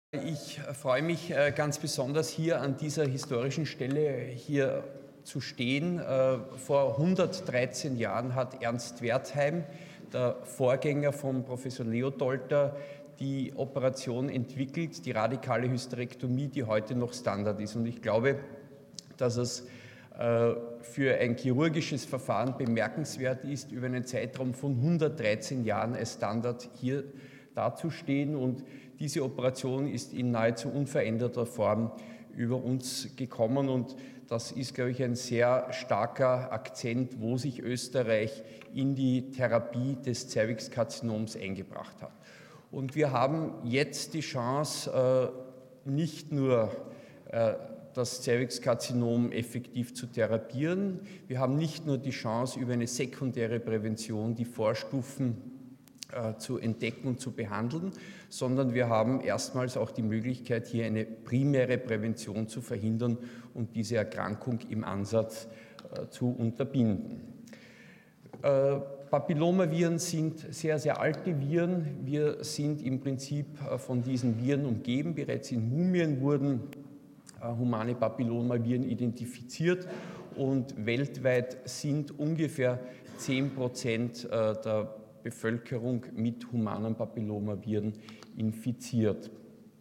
Ich freue mich ganz besonders, hier an dieser historischen Stelle hier zu stehen. Vor 113 Jahren hat Ernst Wertheim, der Vorgänger von Professor Leo Dolter, die Operation entwickelt, die radikale Hysterektomie, die heute noch Standard ist. Und ich glaube, dass es für ein chirurgisches Verfahren bemerkenswert ist, über einen Zeitraum von 113 Jahren als Standard hier dazustehen, und diese Operation ist in nahezu unveränderter Form über uns gekommen, und das ist, glaube ich, ein sehr starker Akzent, wo sich Österreich in die Therapie des Zervixkarzinoms eingebracht hat. Und wir haben jetzt die Chance, nicht nur das Zervixkarzinom effektiv zu therapieren, wir haben nicht nur die Chance, über eine sekundäre Prävention die Vorstufen zu entdecken und zu behandeln, sondern wir haben erstmals auch die Möglichkeit, hier eine primäre Prävention zu verhindern und diese Erkrankung im Ansatz zu unterbinden. Papillomaviren sind sehr, sehr alte Viren. Wir sind im Prinzip von diesen Viren umgeben. Bereits in Mumien wurden humane Papillomaviren identifiziert, und weltweit sind ungefähr 10% der Bevölkerung mit humanen Papillomaviren infiziert.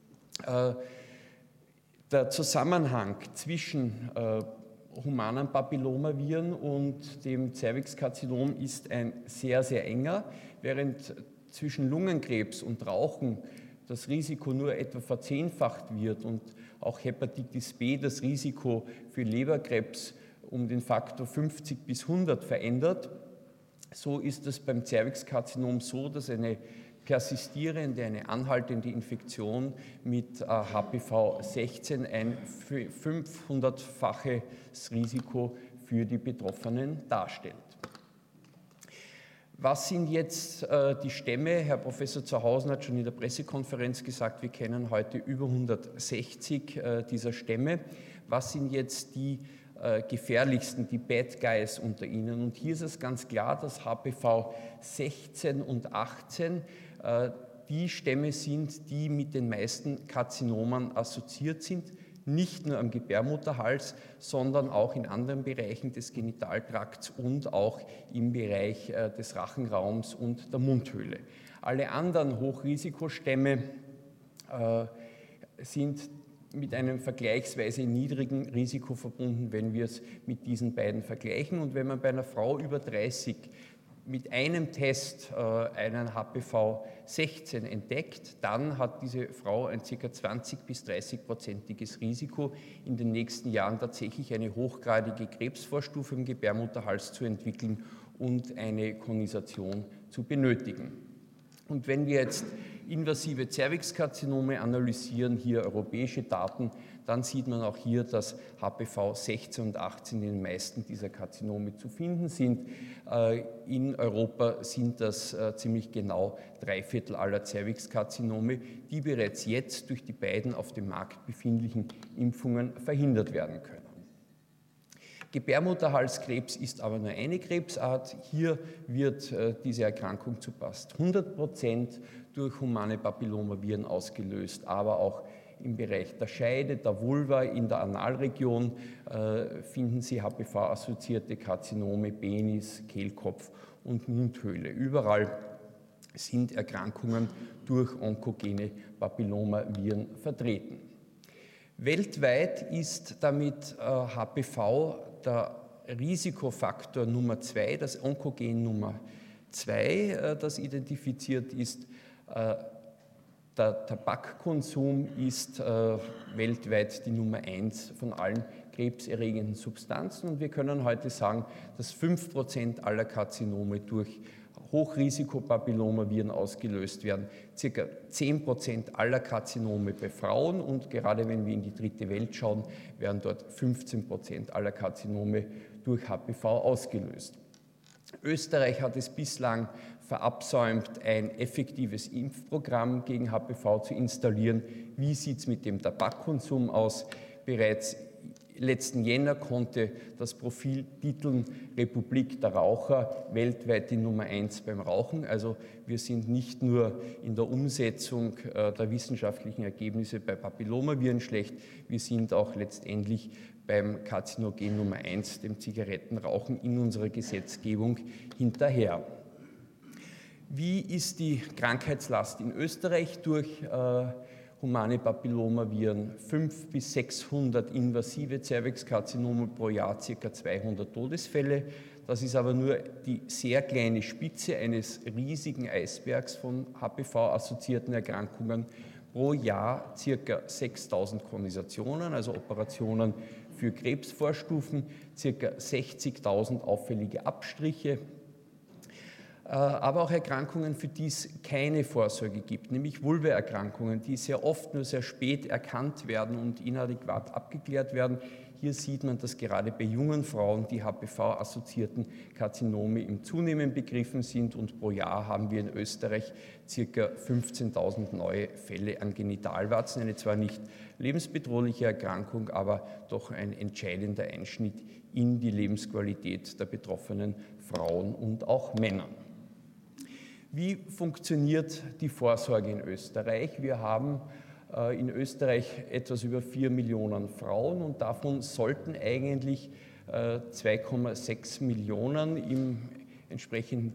Der Zusammenhang zwischen humanen Papillomaviren und dem Zervixkarzinom ist ein sehr, sehr enger. Während zwischen Lungenkrebs und Rauchen das Risiko nur etwa verzehnfacht wird und auch Hepatitis B das Risiko für Leberkrebs um den Faktor 50 bis 100 verändert, so ist es beim Zervixkarzinom so, dass eine persistierende, eine anhaltende Infektion mit HPV-16 ein 500-faches Risiko für die Betroffenen darstellt. Was sind jetzt die Stämme? Herr Professor Zerhausen hat schon in der Pressekonferenz gesagt, wir kennen heute über 160 dieser Stämme. Was sind jetzt die gefährlichsten, die Bad Guys unter ihnen? Und hier ist es ganz klar, dass HPV 16 und 18 die Stämme sind, die mit den meisten Karzinomen assoziiert sind, nicht nur am Gebärmutterhals, sondern auch in anderen Bereichen des Genitaltrakts und auch im Bereich des Rachenraums und der Mundhöhle. Alle anderen Hochrisikostämme sind mit einem vergleichsweise niedrigen Risiko verbunden, wenn wir es mit diesen beiden vergleichen. Und wenn man bei einer Frau über 30 mit einem Test einen HPV-16 entdeckt, dann hat diese Frau ein ca. 20- bis 30-prozentiges Risiko, in den nächsten Jahren tatsächlich eine hochgradige Krebsvorstufe im Gebärmutterhals zu entwickeln und eine Konisation zu benötigen. Und wenn wir jetzt invasive Zervixkarzinome analysieren, hier europäische Daten, dann sieht man auch hier, dass HPV 16 und 18 in den meisten dieser Karzinome zu finden sind. In Europa sind das ziemlich genau 3/4 aller Zervixkarzinome, die bereits jetzt durch die beiden auf dem Markt befindlichen Impfungen verhindert werden können. Gebärmutterhalskrebs ist aber nur eine Krebsart. Hier wird diese Erkrankung zu fast 100% durch humane Papillomaviren ausgelöst, aber auch im Bereich der Scheide, der Vulva, in der Analregion finden Sie HPV-assoziierte Karzinome, Penis, Kehlkopf und Mundhöhle. Überall sind Erkrankungen durch onkogene Papillomaviren vertreten. Weltweit ist damit HPV der Risikofaktor Nummer 2, das Onkogen Nummer 2, das identifiziert ist. Der Tabakkonsum ist weltweit die Nummer 1 von allen krebserregenden Substanzen, und wir können heute sagen, dass 5% aller Karzinome durch Hochrisikopapillomaviren ausgelöst werden, ca. 10% aller Karzinome bei Frauen, und gerade wenn wir in die dritte Welt schauen, werden dort 15% aller Karzinome durch HPV ausgelöst. Österreich hat es bislang verabsäumt, ein effektives Impfprogramm gegen HPV zu installieren. Wie sieht es mit dem Tabakkonsum aus? Bereits letzten Jänner konnte das Profil titeln Republik der Raucher, weltweit die Nummer 1 beim Rauchen. Also wir sind nicht nur in der Umsetzung der wissenschaftlichen Ergebnisse bei Papillomaviren schlecht, wir sind auch letztendlich beim Karzinogen Nummer 1, dem Zigarettenrauchen, in unserer Gesetzgebung hinterher. Wie ist die Krankheitslast in Österreich durch humane Papillomaviren? 500 bis 600 invasive Zervixkarzinome pro Jahr, ca. 200 Todesfälle. Das ist aber nur die sehr kleine Spitze eines riesigen Eisbergs von HPV-assoziierten Erkrankungen. Pro Jahr ca. 6.000 Konisationen, also Operationen für Krebsvorstufen, ca. 60.000 auffällige Abstriche, aber auch Erkrankungen, für die es keine Vorsorge gibt, nämlich Vulvaerkrankungen, die sehr oft nur sehr spät erkannt werden und inadäquat abgeklärt werden. Hier sieht man, dass gerade bei jungen Frauen die HPV-assoziierten Karzinome im Zunehmen begriffen sind und pro Jahr haben wir in Österreich ca. 15.000 neue Fälle an Genitalwarzen. Eine zwar nicht lebensbedrohliche Erkrankung, aber doch ein entscheidender Einschnitt in die Lebensqualität der betroffenen Frauen und auch Männer. Wie funktioniert die Vorsorge in Österreich? Wir haben in Österreich etwas über 4 Millionen Frauen und davon sollten eigentlich 2,6 Millionen im entsprechenden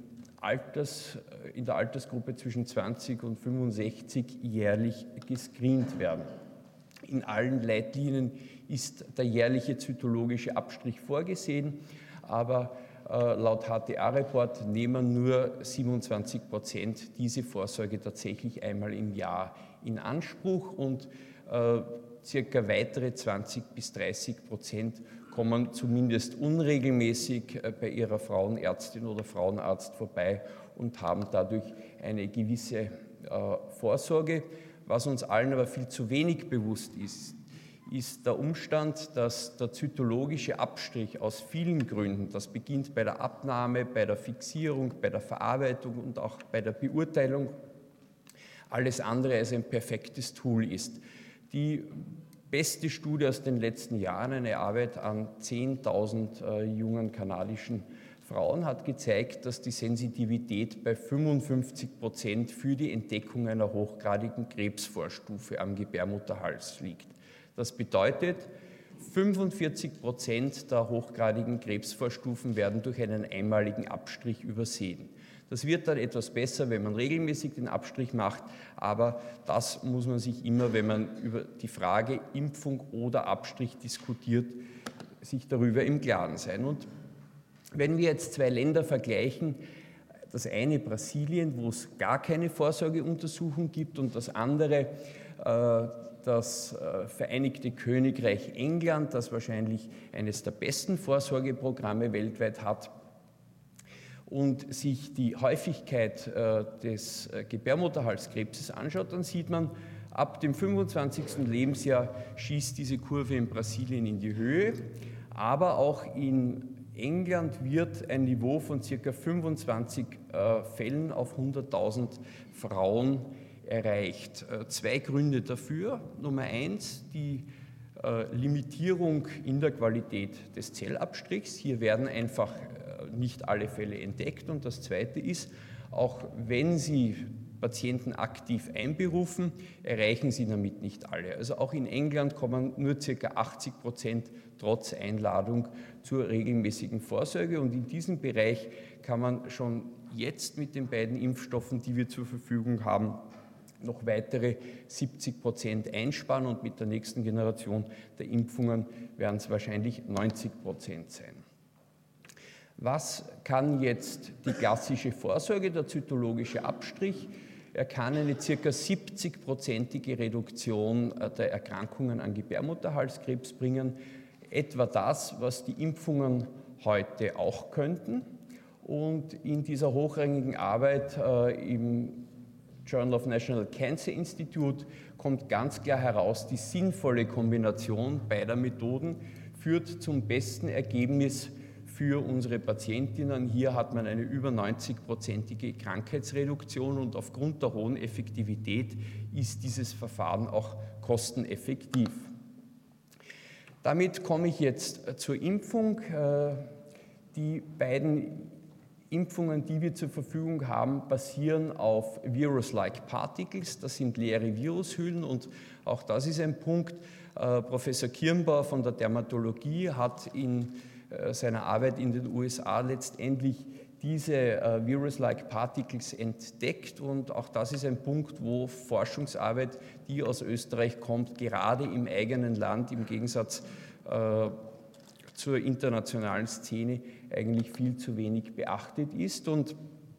in der Altersgruppe zwischen 20 und 65 jährlich gescreent werden. In allen Leitlinien ist der jährliche zytologische Abstrich vorgesehen, aber laut HTA-Report nehmen nur 27% diese Vorsorge tatsächlich einmal im Jahr in Anspruch und circa weitere 20 bis 30% kommen zumindest unregelmäßig bei ihrer Frauenärztin oder Frauenarzt vorbei und haben dadurch eine gewisse Vorsorge. Was uns allen aber viel zu wenig bewusst ist, ist der Umstand, dass der zytologische Abstrich aus vielen Gründen, das beginnt bei der Abnahme, bei der Fixierung, bei der Verarbeitung und auch bei der Beurteilung, alles andere als ein perfektes Tool ist. Die beste Studie aus den letzten Jahren, eine Arbeit an 10.000 jungen kanadischen Frauen, hat gezeigt, dass die Sensitivität bei 55% für die Entdeckung einer hochgradigen Krebsvorstufe am Gebärmutterhals liegt. Das bedeutet, 45% der hochgradigen Krebsvorstufen werden durch einen einmaligen Abstrich übersehen. Das wird dann etwas besser, wenn man regelmäßig den Abstrich macht, aber das muss man sich immer, wenn man über die Frage Impfung oder Abstrich diskutiert, sich darüber im Klaren sein. Und wenn wir jetzt zwei Länder vergleichen, das eine Brasilien, wo es gar keine Vorsorgeuntersuchung gibt, und das andere das Vereinigte Königreich England, das wahrscheinlich eines der besten Vorsorgeprogramme weltweit hat, und sich die Häufigkeit des Gebärmutterhalskrebses anschaut, dann sieht man, ab dem 25. Lebensjahr schießt diese Kurve in Brasilien in die Höhe, aber auch in England wird ein Niveau von ca. 25 Fällen auf 100.000 Frauen erreicht. Zwei Gründe dafür. Nummer eins, die Limitierung in der Qualität des Zellabstrichs. Hier werden einfach nicht alle Fälle entdeckt. Und das zweite ist, auch wenn Sie Patienten aktiv einberufen, erreichen Sie damit nicht alle. Also auch in England kommen nur ca. 80% trotz Einladung zur regelmäßigen Vorsorge. Und in diesem Bereich kann man schon jetzt mit den beiden Impfstoffen, die wir zur Verfügung haben, noch weitere 70% einsparen, und mit der nächsten Generation der Impfungen werden es wahrscheinlich 90% sein. Was kann jetzt die klassische Vorsorge, der zytologische Abstrich? Er kann eine ca. 70-prozentige Reduktion der Erkrankungen an Gebärmutterhalskrebs bringen. Etwa das, was die Impfungen heute auch könnten. Und in dieser hochrangigen Arbeit im Journal of National Cancer Institute kommt ganz klar heraus, die sinnvolle Kombination beider Methoden führt zum besten Ergebnis für unsere Patientinnen. Hier hat man eine über 90-prozentige Krankheitsreduktion und aufgrund der hohen Effektivität ist dieses Verfahren auch kosteneffektiv. Damit komme ich jetzt zur Impfung. Die beiden Impfungen, die wir zur Verfügung haben, basieren auf Virus-like Particles. Das sind leere Virushüllen und auch das ist ein Punkt. Professor Kirnbauer von der Dermatologie hat in seiner Arbeit in den USA letztendlich diese Virus-like Particles entdeckt und auch das ist ein Punkt, wo Forschungsarbeit, die aus Österreich kommt, gerade im eigenen Land im Gegensatz zur internationalen Szene eigentlich viel zu wenig beachtet ist. Und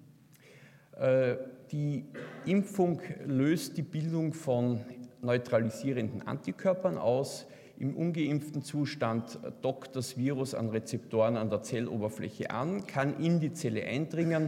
die Impfung löst die Bildung von neutralisierenden Antikörpern aus. Im ungeimpften Zustand dockt das Virus an Rezeptoren an der Zelloberfläche an, kann in die Zelle eindringen,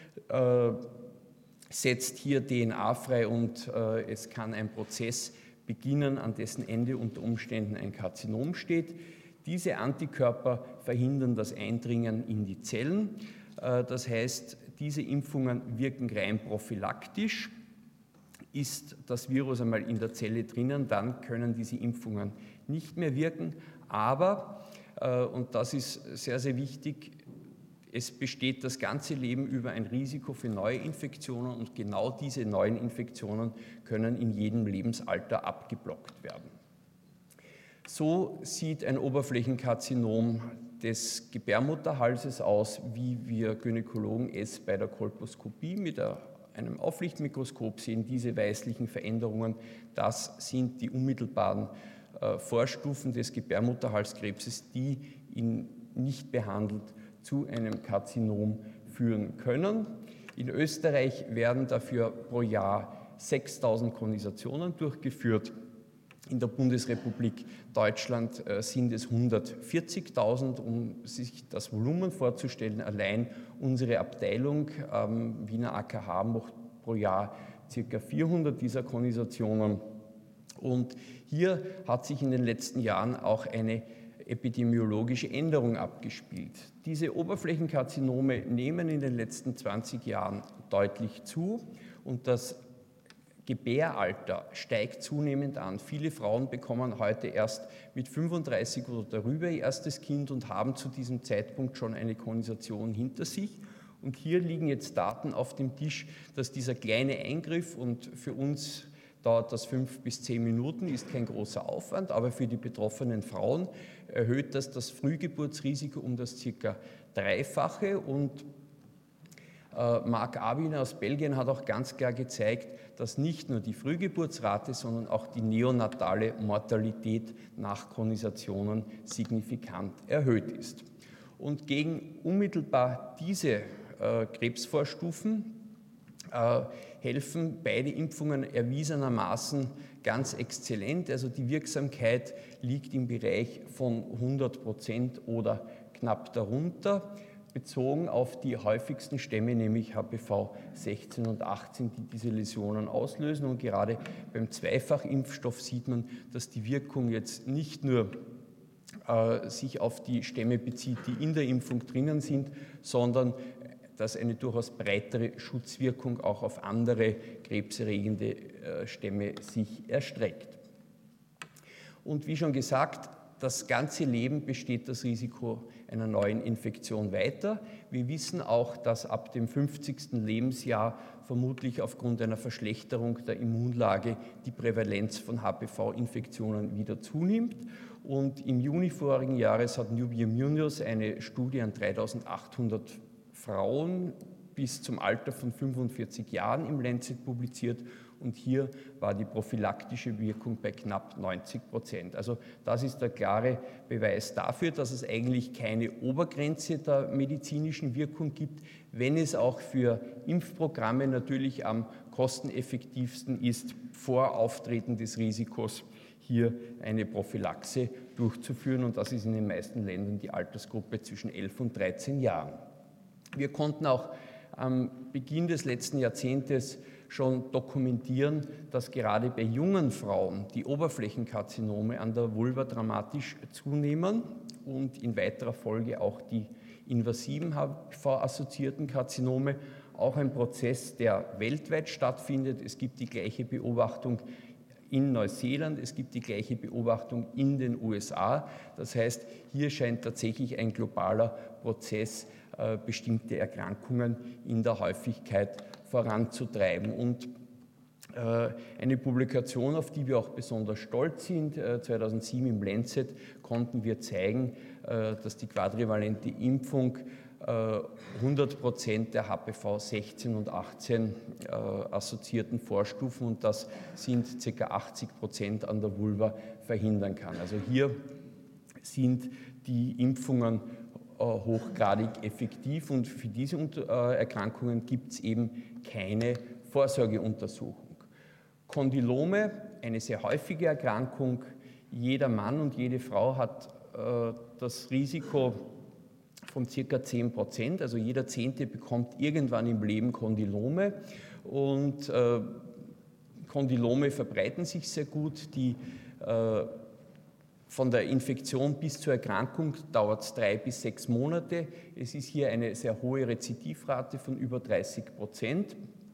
setzt hier DNA frei und es kann ein Prozess beginnen, an dessen Ende unter Umständen ein Karzinom steht. Diese Antikörper verhindern das Eindringen in die Zellen. Das heißt, diese Impfungen wirken rein prophylaktisch. Ist das Virus einmal in der Zelle drinnen, dann können diese Impfungen nicht mehr wirken. Aber, und das ist sehr, sehr wichtig, es besteht das ganze Leben über ein Risiko für neue Infektionen und genau diese neuen Infektionen können in jedem Lebensalter abgeblockt werden. So sieht ein Oberflächenkarzinom des Gebärmutterhalses aus, wie wir Gynäkologen es bei der Kolposkopie mit einem Auflichtmikroskop sehen. Diese weißlichen Veränderungen, das sind die unmittelbaren Vorstufen des Gebärmutterhalskrebses, die ihn nicht behandelt zu einem Karzinom führen können. In Österreich werden dafür pro Jahr 6.000 Konisationen durchgeführt. In der Bundesrepublik Deutschland sind es 140.000, um sich das Volumen vorzustellen. Allein unsere Abteilung Wiener AKH macht pro Jahr ca. 400 dieser Konisationen. Und hier hat sich in den letzten Jahren auch eine epidemiologische Änderung abgespielt. Diese Oberflächenkarzinome nehmen in den letzten 20 Jahren deutlich zu und das Gebäralter steigt zunehmend an. Viele Frauen bekommen heute erst mit 35 oder darüber ihr erstes Kind und haben zu diesem Zeitpunkt schon eine Konisation hinter sich. Und hier liegen jetzt Daten auf dem Tisch, dass dieser kleine Eingriff, und für uns dauert das 5 bis 10 Minuten, ist kein großer Aufwand, aber für die betroffenen Frauen erhöht das Frühgeburtsrisiko um das circa Dreifache. Und Marc Abiner aus Belgien hat auch ganz klar gezeigt, dass nicht nur die Frühgeburtsrate, sondern auch die neonatale Mortalität nach Konisationen signifikant erhöht ist. Und gegen unmittelbar diese Krebsvorstufen helfen beide Impfungen erwiesenermaßen ganz exzellent. Also die Wirksamkeit liegt im Bereich von 100% oder knapp darunter. Bezogen auf die häufigsten Stämme, nämlich HPV 16 und 18, die diese Läsionen auslösen. Und gerade beim Zweifachimpfstoff sieht man, dass die Wirkung jetzt nicht nur sich auf die Stämme bezieht, die in der Impfung drinnen sind, sondern dass eine durchaus breitere Schutzwirkung auch auf andere krebserregende Stämme sich erstreckt. Und wie schon gesagt, das ganze Leben besteht das Risiko einer neuen Infektion weiter. Wir wissen auch, dass ab dem 50. Lebensjahr vermutlich aufgrund einer Verschlechterung der Immunlage die Prävalenz von HPV-Infektionen wieder zunimmt. Und im Juni vorigen Jahres hat Nubium Munoz eine Studie an 3.800 Frauen bis zum Alter von 45 Jahren im Lancet publiziert. Und hier war die prophylaktische Wirkung bei knapp 90%. Also das ist der klare Beweis dafür, dass es eigentlich keine Obergrenze der medizinischen Wirkung gibt, wenn es auch für Impfprogramme natürlich am kosteneffektivsten ist, vor Auftreten des Risikos hier eine Prophylaxe durchzuführen. Und das ist in den meisten Ländern die Altersgruppe zwischen 11 und 13 Jahren. Wir konnten auch am Beginn des letzten Jahrzehntes schon dokumentieren, dass gerade bei jungen Frauen die Oberflächenkarzinome an der Vulva dramatisch zunehmen und in weiterer Folge auch die invasiven HPV-assoziierten Karzinome. Auch ein Prozess, der weltweit stattfindet. Es gibt die gleiche Beobachtung in Neuseeland, es gibt die gleiche Beobachtung in den USA. Das heißt, hier scheint tatsächlich ein globaler Prozess bestimmte Erkrankungen in der Häufigkeit voranzutreiben. Und eine Publikation, auf die wir auch besonders stolz sind, 2007 im Lancet konnten wir zeigen, dass die quadrivalente Impfung 100% der HPV 16 und 18 assoziierten Vorstufen, und das sind ca. 80% an der Vulva, verhindern kann. Also hier sind die Impfungen hochgradig effektiv, und für diese Erkrankungen gibt es eben keine Vorsorgeuntersuchung. Kondylome, eine sehr häufige Erkrankung. Jeder Mann und jede Frau hat das Risiko von ca. 10%, also jeder Zehnte bekommt irgendwann im Leben Kondylome, und Kondylome verbreiten sich sehr gut. Von der Infektion bis zur Erkrankung dauert es 3 bis 6 Monate. Es ist hier eine sehr hohe Rezidivrate von über 30%.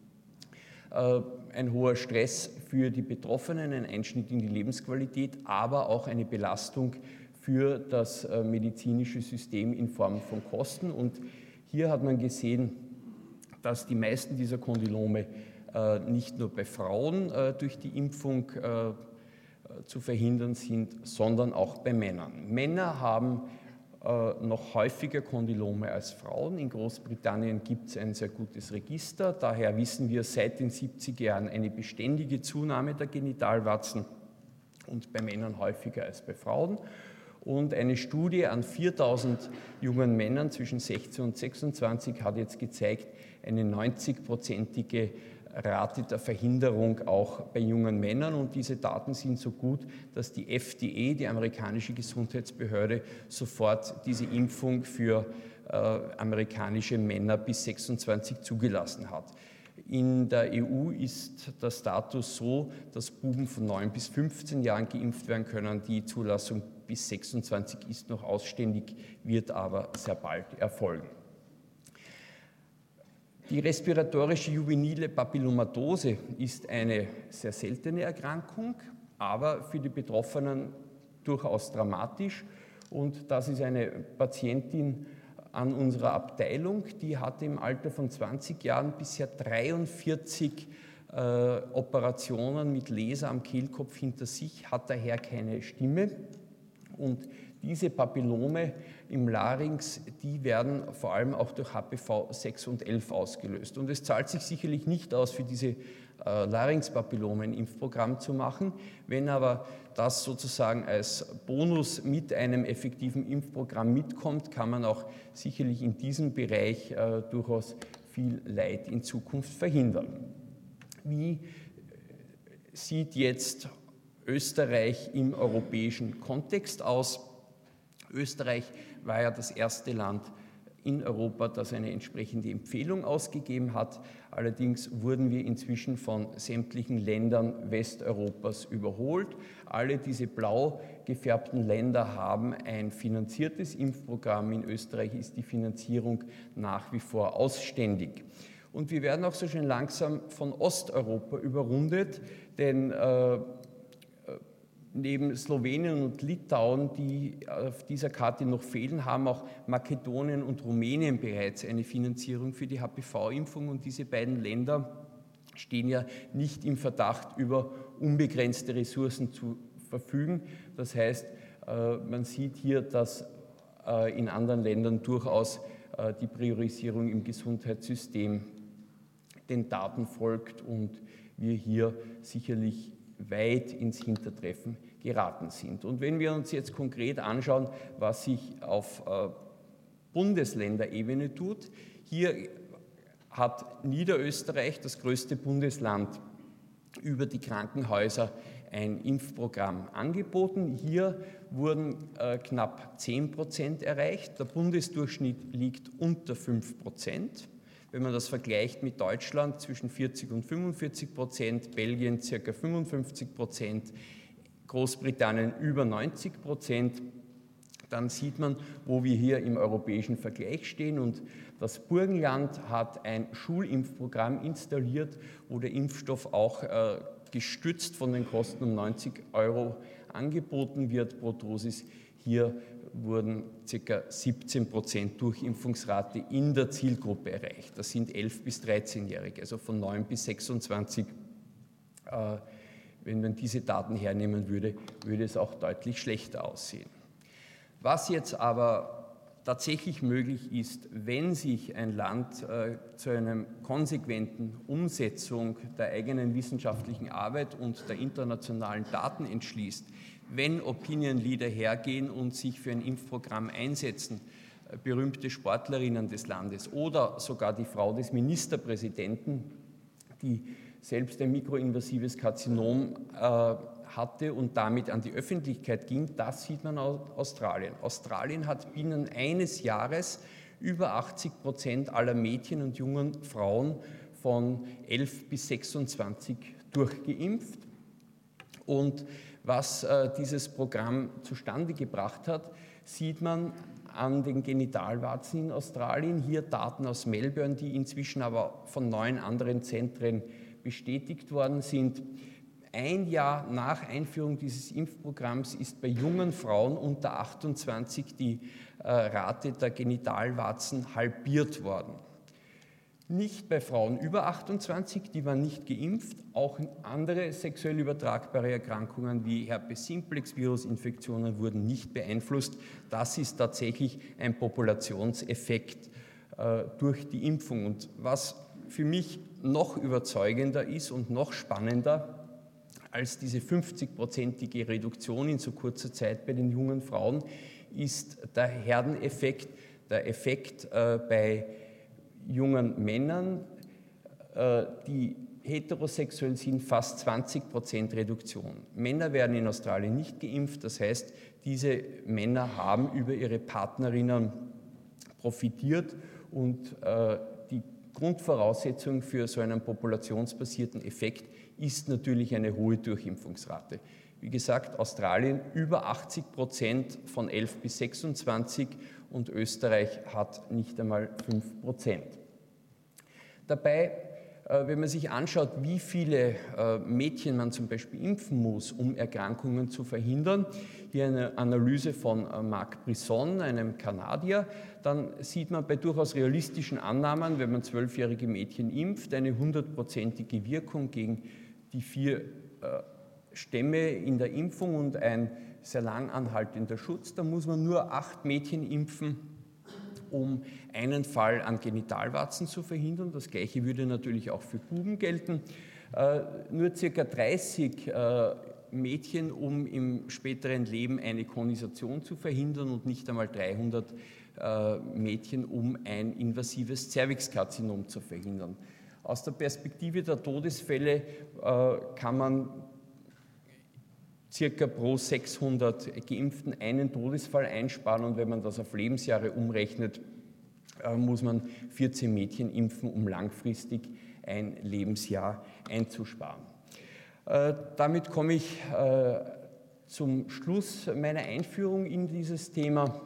Ein hoher Stress für die Betroffenen, ein Einschnitt in die Lebensqualität, aber auch eine Belastung für das medizinische System in Form von Kosten. Und hier hat man gesehen, dass die meisten dieser Kondylome nicht nur bei Frauen durch die Impfung zu verhindern sind, sondern auch bei Männern. Männer haben noch häufiger Kondylome als Frauen. In Großbritannien gibt es ein sehr gutes Register. Daher wissen wir seit den 70er Jahren eine beständige Zunahme der Genitalwarzen, und bei Männern häufiger als bei Frauen. Und eine Studie an 4000 jungen Männern zwischen 16 und 26 hat jetzt gezeigt, eine 90-prozentige Rate der Verhinderung auch bei jungen Männern. Und diese Daten sind so gut, dass die FDA, die amerikanische Gesundheitsbehörde, sofort diese Impfung für amerikanische Männer bis 26 zugelassen hat. In der EU ist der Status so, dass Buben von 9 bis 15 Jahren geimpft werden können. Die Zulassung bis 26 ist noch ausständig, wird aber sehr bald erfolgen. Die respiratorische juvenile Papillomatose ist eine sehr seltene Erkrankung, aber für die Betroffenen durchaus dramatisch. Und das ist eine Patientin an unserer Abteilung, die hatte im Alter von 20 Jahren bisher 43 Operationen mit Laser am Kehlkopf hinter sich, hat daher keine Stimme. Und diese Papillome im Larynx, die werden vor allem auch durch HPV 6 und 11 ausgelöst. Und es zahlt sich sicherlich nicht aus, für diese Larynxpapillome ein Impfprogramm zu machen. Wenn aber das sozusagen als Bonus mit einem effektiven Impfprogramm mitkommt, kann man auch sicherlich in diesem Bereich durchaus viel Leid in Zukunft verhindern. Wie sieht jetzt Österreich im europäischen Kontext aus? Österreich war ja das erste Land in Europa, das eine entsprechende Empfehlung ausgegeben hat. Allerdings wurden wir inzwischen von sämtlichen Ländern Westeuropas überholt. Alle diese blau gefärbten Länder haben ein finanziertes Impfprogramm. In Österreich ist die Finanzierung nach wie vor ausständig. Und wir werden auch so schön langsam von Osteuropa überrundet, denn neben Slowenien und Litauen, die auf dieser Karte noch fehlen, haben auch Makedonien und Rumänien bereits eine Finanzierung für die HPV-Impfung. Und diese beiden Länder stehen ja nicht im Verdacht, über unbegrenzte Ressourcen zu verfügen. Das heißt, man sieht hier, dass in anderen Ländern durchaus die Priorisierung im Gesundheitssystem den Daten folgt und wir hier sicherlich weit ins Hintertreffen geraten sind. Und wenn wir uns jetzt konkret anschauen, was sich auf Bundesländerebene tut, hier hat Niederösterreich, das größte Bundesland, über die Krankenhäuser ein Impfprogramm angeboten. Hier wurden knapp 10% erreicht. Der Bundesdurchschnitt liegt unter 5%. Wenn man das vergleicht mit Deutschland zwischen 40 und 45%, Belgien ca. 55%, Großbritannien über 90%, dann sieht man, wo wir hier im europäischen Vergleich stehen. Und das Burgenland hat ein Schulimpfprogramm installiert, wo der Impfstoff auch gestützt von den Kosten um 90 € angeboten wird pro Dosis. Hier wurden ca. 17% Durchimpfungsrate in der Zielgruppe erreicht. Das sind 11- bis 13-Jährige, also von 9 bis 26. Wenn man diese Daten hernehmen würde, würde es auch deutlich schlechter aussehen. Was jetzt aber tatsächlich möglich ist, wenn sich ein Land zu einer konsequenten Umsetzung der eigenen wissenschaftlichen Arbeit und der internationalen Daten entschließt, wenn Opinion Leader hergehen und sich für ein Impfprogramm einsetzen, berühmte Sportlerinnen des Landes oder sogar die Frau des Ministerpräsidenten, die selbst ein mikroinvasives Karzinom hatte und damit an die Öffentlichkeit ging, das sieht man aus Australien. Australien hat binnen eines Jahres über 80% aller Mädchen und jungen Frauen von 11 bis 26 durchgeimpft. Und was dieses Programm zustande gebracht hat, sieht man an den Genitalwarzen in Australien. Hier Daten aus Melbourne, die inzwischen aber von 9 anderen Zentren bestätigt worden sind. Ein Jahr nach Einführung dieses Impfprogramms ist bei jungen Frauen unter 28 die Rate der Genitalwarzen halbiert worden. Nicht bei Frauen über 28, die waren nicht geimpft, auch andere sexuell übertragbare Erkrankungen wie Herpes simplex Virusinfektionen wurden nicht beeinflusst. Das ist tatsächlich ein Populationseffekt durch die Impfung. Und was für mich noch überzeugender ist und noch spannender als diese 50-prozentige Reduktion in so kurzer Zeit bei den jungen Frauen ist der Herdeneffekt, der Effekt bei jungen Männern, die heterosexuell sind, fast 20% Reduktion. Männer werden in Australien nicht geimpft, das heißt, diese Männer haben über ihre Partnerinnen profitiert und die Grundvoraussetzung für so einen populationsbasierten Effekt ist natürlich eine hohe Durchimpfungsrate. Wie gesagt, Australien über 80% von 11 bis 26 und Österreich hat nicht einmal 5%. Dabei, wenn man sich anschaut, wie viele Mädchen man zum Beispiel impfen muss, um Erkrankungen zu verhindern, hier eine Analyse von Marc Brisson, einem Kanadier, dann sieht man bei durchaus realistischen Annahmen, wenn man 12-jährige Mädchen impft, eine 100%ige Wirkung gegen die 4 Stämme in der Impfung und ein sehr lang anhaltender Schutz. Da muss man nur 8 Mädchen impfen, um einen Fall an Genitalwarzen zu verhindern. Das Gleiche würde natürlich auch für Buben gelten. Nur ca. 30 Mädchen, um im späteren Leben eine Konisation zu verhindern und nicht einmal 300 Mädchen, um ein invasives Zervixkarzinom zu verhindern. Aus der Perspektive der Todesfälle kann man circa pro 600 Geimpften einen Todesfall einsparen und wenn man das auf Lebensjahre umrechnet, muss man 14 Mädchen impfen, um langfristig ein Lebensjahr einzusparen. Damit komme ich zum Schluss meiner Einführung in dieses Thema.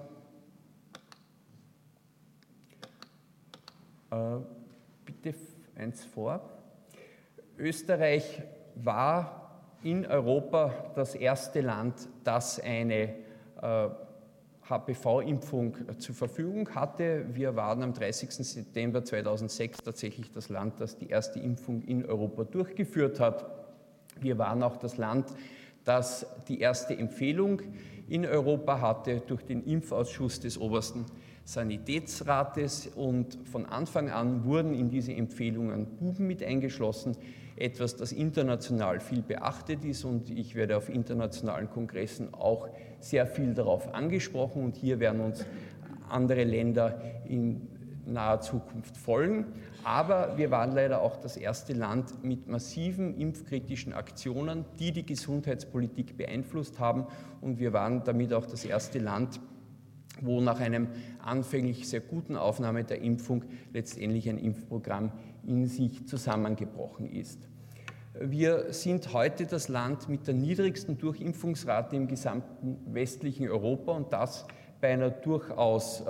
Bitte eins vor. Österreich war in Europa das erste Land, das eine HPV-Impfung zur Verfügung hatte. Wir waren am 30. September 2006 tatsächlich das Land, das die erste Impfung in Europa durchgeführt hat. Wir waren auch das Land, das die erste Empfehlung in Europa hatte durch den Impfausschuss des obersten Sanitätsrates und von Anfang an wurden in diese Empfehlungen Buben mit eingeschlossen, etwas, das international viel beachtet ist und ich werde auf internationalen Kongressen auch sehr viel darauf angesprochen und hier werden uns andere Länder in naher Zukunft folgen. Aber wir waren leider auch das erste Land mit massiven impfkritischen Aktionen, die die Gesundheitspolitik beeinflusst haben und wir waren damit auch das erste Land, wo nach einem anfänglich sehr guten Aufnahme der Impfung letztendlich ein Impfprogramm in sich zusammengebrochen ist. Wir sind heute das Land mit der niedrigsten Durchimpfungsrate im gesamten westlichen Europa und das bei einer durchaus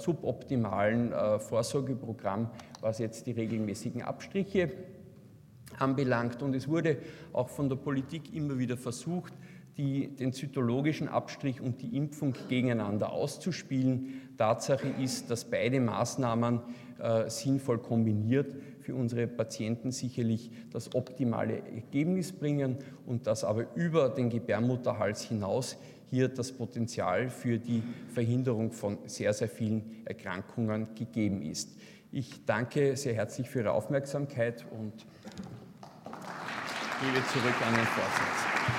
suboptimalen Vorsorgeprogramm, was jetzt die regelmäßigen Abstriche anbelangt. Und es wurde auch von der Politik immer wieder versucht, den zytologischen Abstrich und die Impfung gegeneinander auszuspielen. Tatsache ist, dass beide Maßnahmen sinnvoll kombiniert für unsere Patienten sicherlich das optimale Ergebnis bringen und dass aber über den Gebärmutterhals hinaus hier das Potenzial für die Verhinderung von sehr, sehr vielen Erkrankungen gegeben ist. Ich danke sehr herzlich für Ihre Aufmerksamkeit und gebe zurück an den Vorsitz.